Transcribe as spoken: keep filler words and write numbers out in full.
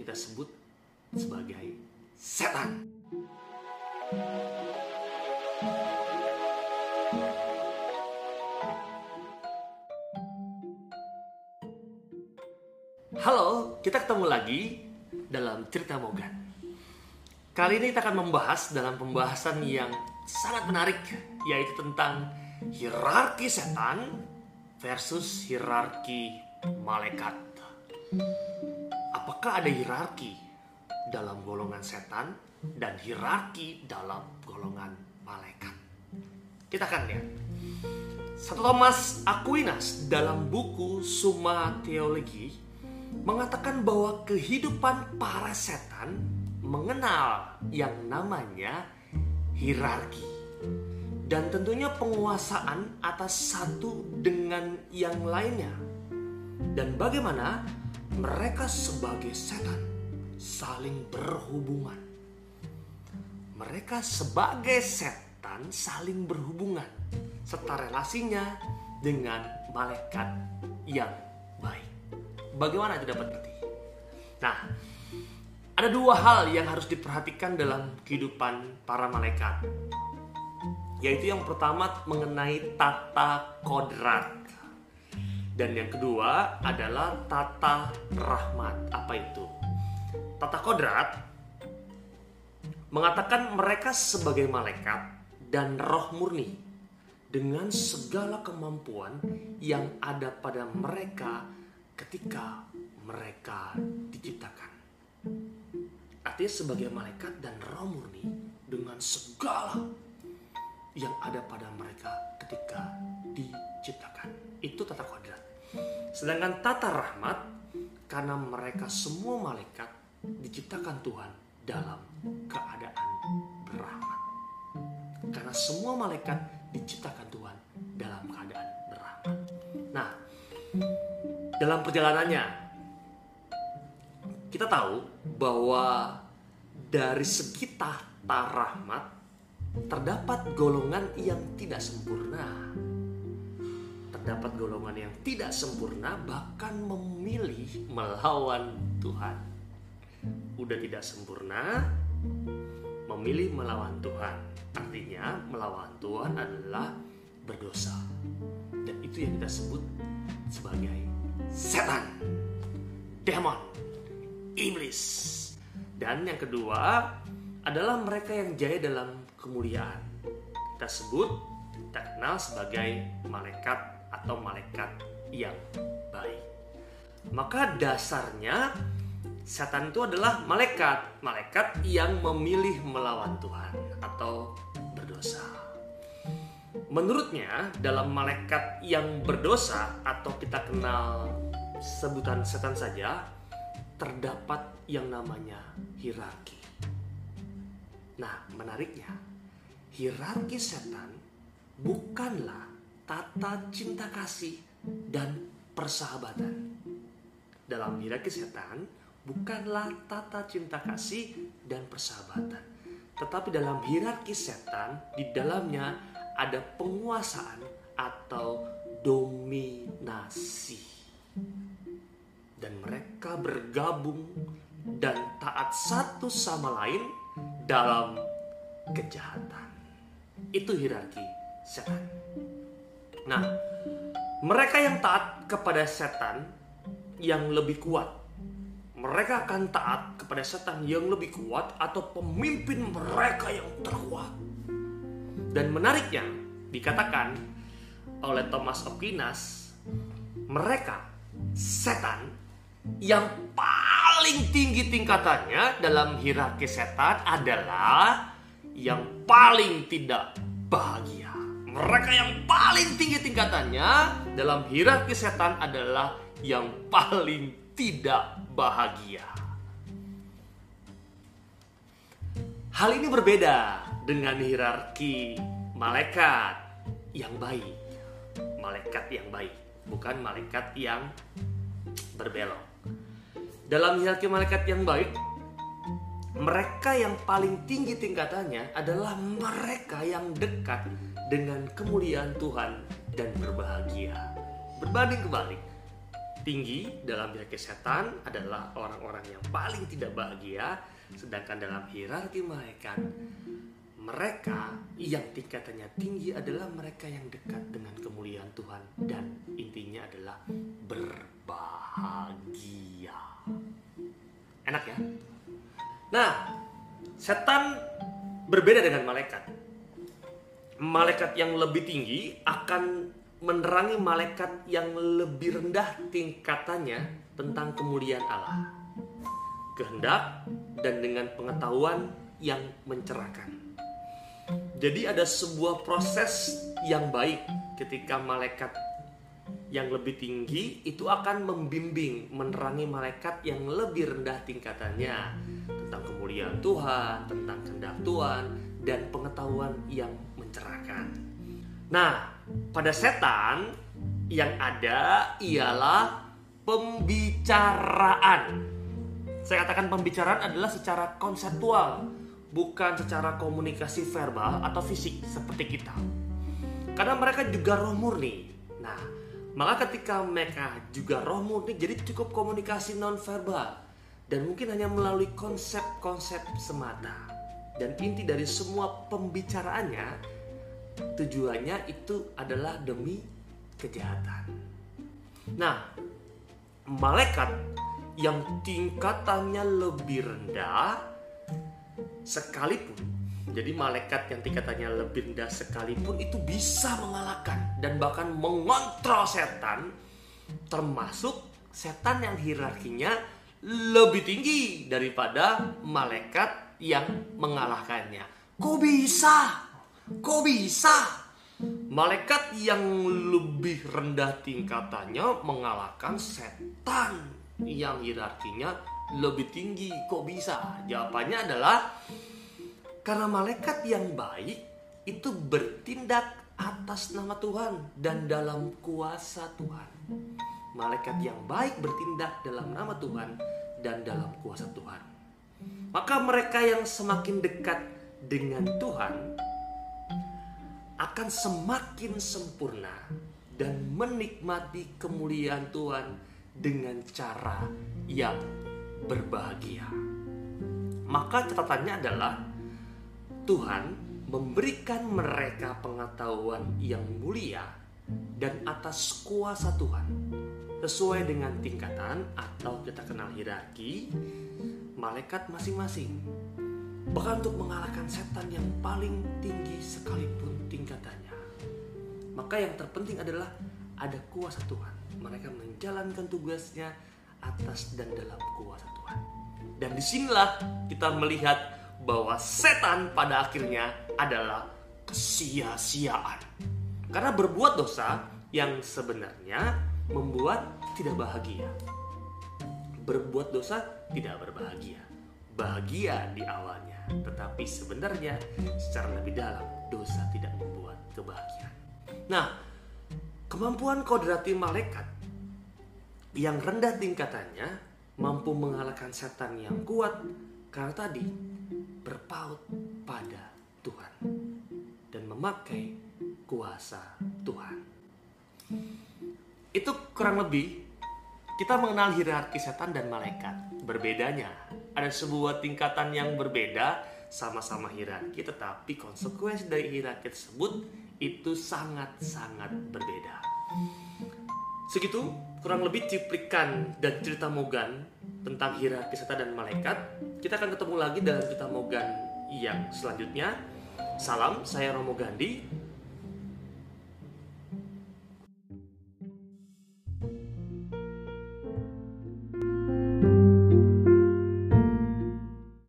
kita sebut sebagai setan. Halo, kita ketemu lagi dalam Cerita Mogan. Kali ini kita akan membahas dalam pembahasan yang sangat menarik, yaitu tentang hierarki setan versus hierarki malaikat. Apakah ada hierarki dalam golongan setan dan hierarki dalam golongan malaikat? Kita akan lihat. Santo Thomas Aquinas dalam buku Summa Theologiae mengatakan bahwa kehidupan para setan mengenal yang namanya hierarki, dan tentunya penguasaan atas satu dengan yang lainnya, dan bagaimana mereka sebagai setan saling berhubungan. Mereka sebagai setan saling berhubungan serta relasinya dengan malaikat yang baik. Bagaimana itu dapat berarti? Nah, ada dua hal yang harus diperhatikan dalam kehidupan para malaikat, yaitu yang pertama mengenai tata kodrat, dan yang kedua adalah tata rahmat. Apa itu? Tata kodrat mengatakan mereka sebagai malaikat dan roh murni dengan segala kemampuan yang ada pada mereka ketika mereka diciptakan. Artinya sebagai malaikat dan roh murni dengan segala yang ada pada mereka ketika diciptakan. Itu tata kodrat. Sedangkan tata rahmat, karena mereka semua malaikat diciptakan Tuhan dalam keadaan berrahmat. Karena semua malaikat diciptakan Tuhan dalam keadaan berrahmat. Nah, dalam perjalanannya kita tahu bahwa dari segi tata rahmat terdapat golongan yang tidak sempurna. Terdapat golongan yang tidak sempurna bahkan memilih melawan Tuhan. Udah tidak sempurna, memilih melawan Tuhan. Artinya melawan Tuhan adalah berdosa. Dan itu yang kita sebut sebagai setan, demon, iblis. Dan yang kedua adalah mereka yang jaya dalam kemuliaan. Kita sebut, kita kenal sebagai malaikat atau malaikat yang baik. Maka dasarnya setan itu adalah malaikat, malaikat yang memilih melawan Tuhan atau berdosa. Menurutnya dalam malaikat yang berdosa atau kita kenal sebutan setan saja, terdapat yang namanya hierarki. Nah, menariknya, hierarki setan bukanlah tata cinta kasih dan persahabatan. Dalam hierarki setan bukanlah tata cinta kasih dan persahabatan. Tetapi dalam hierarki setan, di dalamnya ada penguasaan atau dominasi. Dan mereka bergabung dan taat satu sama lain dalam kejahatan. Itu hierarki setan. Nah, mereka yang taat kepada setan yang lebih kuat, mereka akan taat kepada setan yang lebih kuat atau pemimpin mereka yang terkuat. Dan menariknya dikatakan oleh Thomas Aquinas, mereka setan yang paling tinggi tingkatannya dalam hierarki setan adalah yang paling tidak bahagia. Mereka yang paling tinggi tingkatannya dalam hierarki setan adalah yang paling tidak bahagia. Hal ini berbeda dengan hierarki malaikat yang baik. Malaikat yang baik, bukan malaikat yang berbelok. Dalam hierarki malaikat yang baik, mereka yang paling tinggi tingkatannya adalah mereka yang dekat dengan kemuliaan Tuhan dan berbahagia. Berbanding kebalik, tinggi dalam hierarki setan adalah orang-orang yang paling tidak bahagia, sedangkan dalam hierarki malaikat, mereka yang tingkatannya tinggi adalah mereka yang dekat dengan kemuliaan Tuhan dan intinya adalah berbahagia. Enak ya? Nah, setan berbeda dengan malaikat. Malaikat yang lebih tinggi akan menerangi malaikat yang lebih rendah tingkatannya tentang kemuliaan Allah, kehendak, dan dengan pengetahuan yang mencerahkan. Jadi ada sebuah proses yang baik ketika malaikat yang lebih tinggi itu akan membimbing, menerangi malaikat yang lebih rendah tingkatannya tentang kemuliaan Tuhan, tentang kehendak Tuhan, dan pengetahuan yang mencerahkan. Nah, pada setan yang ada ialah pembicaraan. Saya katakan pembicaraan adalah secara konseptual, bukan secara komunikasi verbal atau fisik seperti kita. Karena mereka juga roh murni. Nah, maka ketika mereka juga roh murni, jadi cukup komunikasi non verbal dan mungkin hanya melalui konsep-konsep semata. Dan inti dari semua pembicaraannya, tujuannya itu adalah demi kejahatan. Nah, malaikat yang tingkatannya lebih rendah sekalipun, jadi malaikat yang tingkatannya lebih rendah sekalipun itu bisa mengalahkan dan bahkan mengontrol setan, termasuk setan yang hierarkinya lebih tinggi daripada malaikat yang mengalahkannya. Kok bisa? Kok bisa? Malaikat yang lebih rendah tingkatannya mengalahkan setan yang hierarkinya lebih tinggi. Kok bisa? Jawabannya adalah karena malaikat yang baik itu bertindak atas nama Tuhan dan dalam kuasa Tuhan. Malaikat yang baik bertindak dalam nama Tuhan dan dalam kuasa Tuhan. Maka mereka yang semakin dekat dengan Tuhan akan semakin sempurna dan menikmati kemuliaan Tuhan dengan cara yang berbahagia. Maka catatannya adalah Tuhan memberikan mereka pengetahuan yang mulia dan atas kuasa Tuhan sesuai dengan tingkatan atau kita kenal hierarki malaikat masing-masing. Bahkan untuk mengalahkan setan yang paling tinggi sekalipun tingkatannya. Maka yang terpenting adalah ada kuasa Tuhan. Mereka menjalankan tugasnya atas dan dalam kuasa Tuhan. Dan disinilah kita melihat bahwa setan pada akhirnya adalah kesia-siaan. Karena berbuat dosa yang sebenarnya membuat tidak bahagia. Berbuat dosa tidak berbahagia. Bahagia di awalnya, tetapi sebenarnya secara lebih dalam dosa tidak membuat kebahagiaan. Nah, kemampuan kodrati malaikat yang rendah tingkatannya mampu mengalahkan setan yang kuat karena tadi berpaut pada Tuhan dan memakai kuasa Tuhan. Itu kurang lebih kita mengenal hierarki setan dan malaikat. Berbedanya, ada sebuah tingkatan yang berbeda, sama-sama hierarki, tetapi konsekuensi dari hierarki tersebut itu sangat-sangat berbeda. Segitu kurang lebih cuplikan dan cerita Mogan tentang hierarki setan dan malaikat. Kita akan ketemu lagi dalam cerita Mogan yang selanjutnya. Salam, saya Romo Gandhi.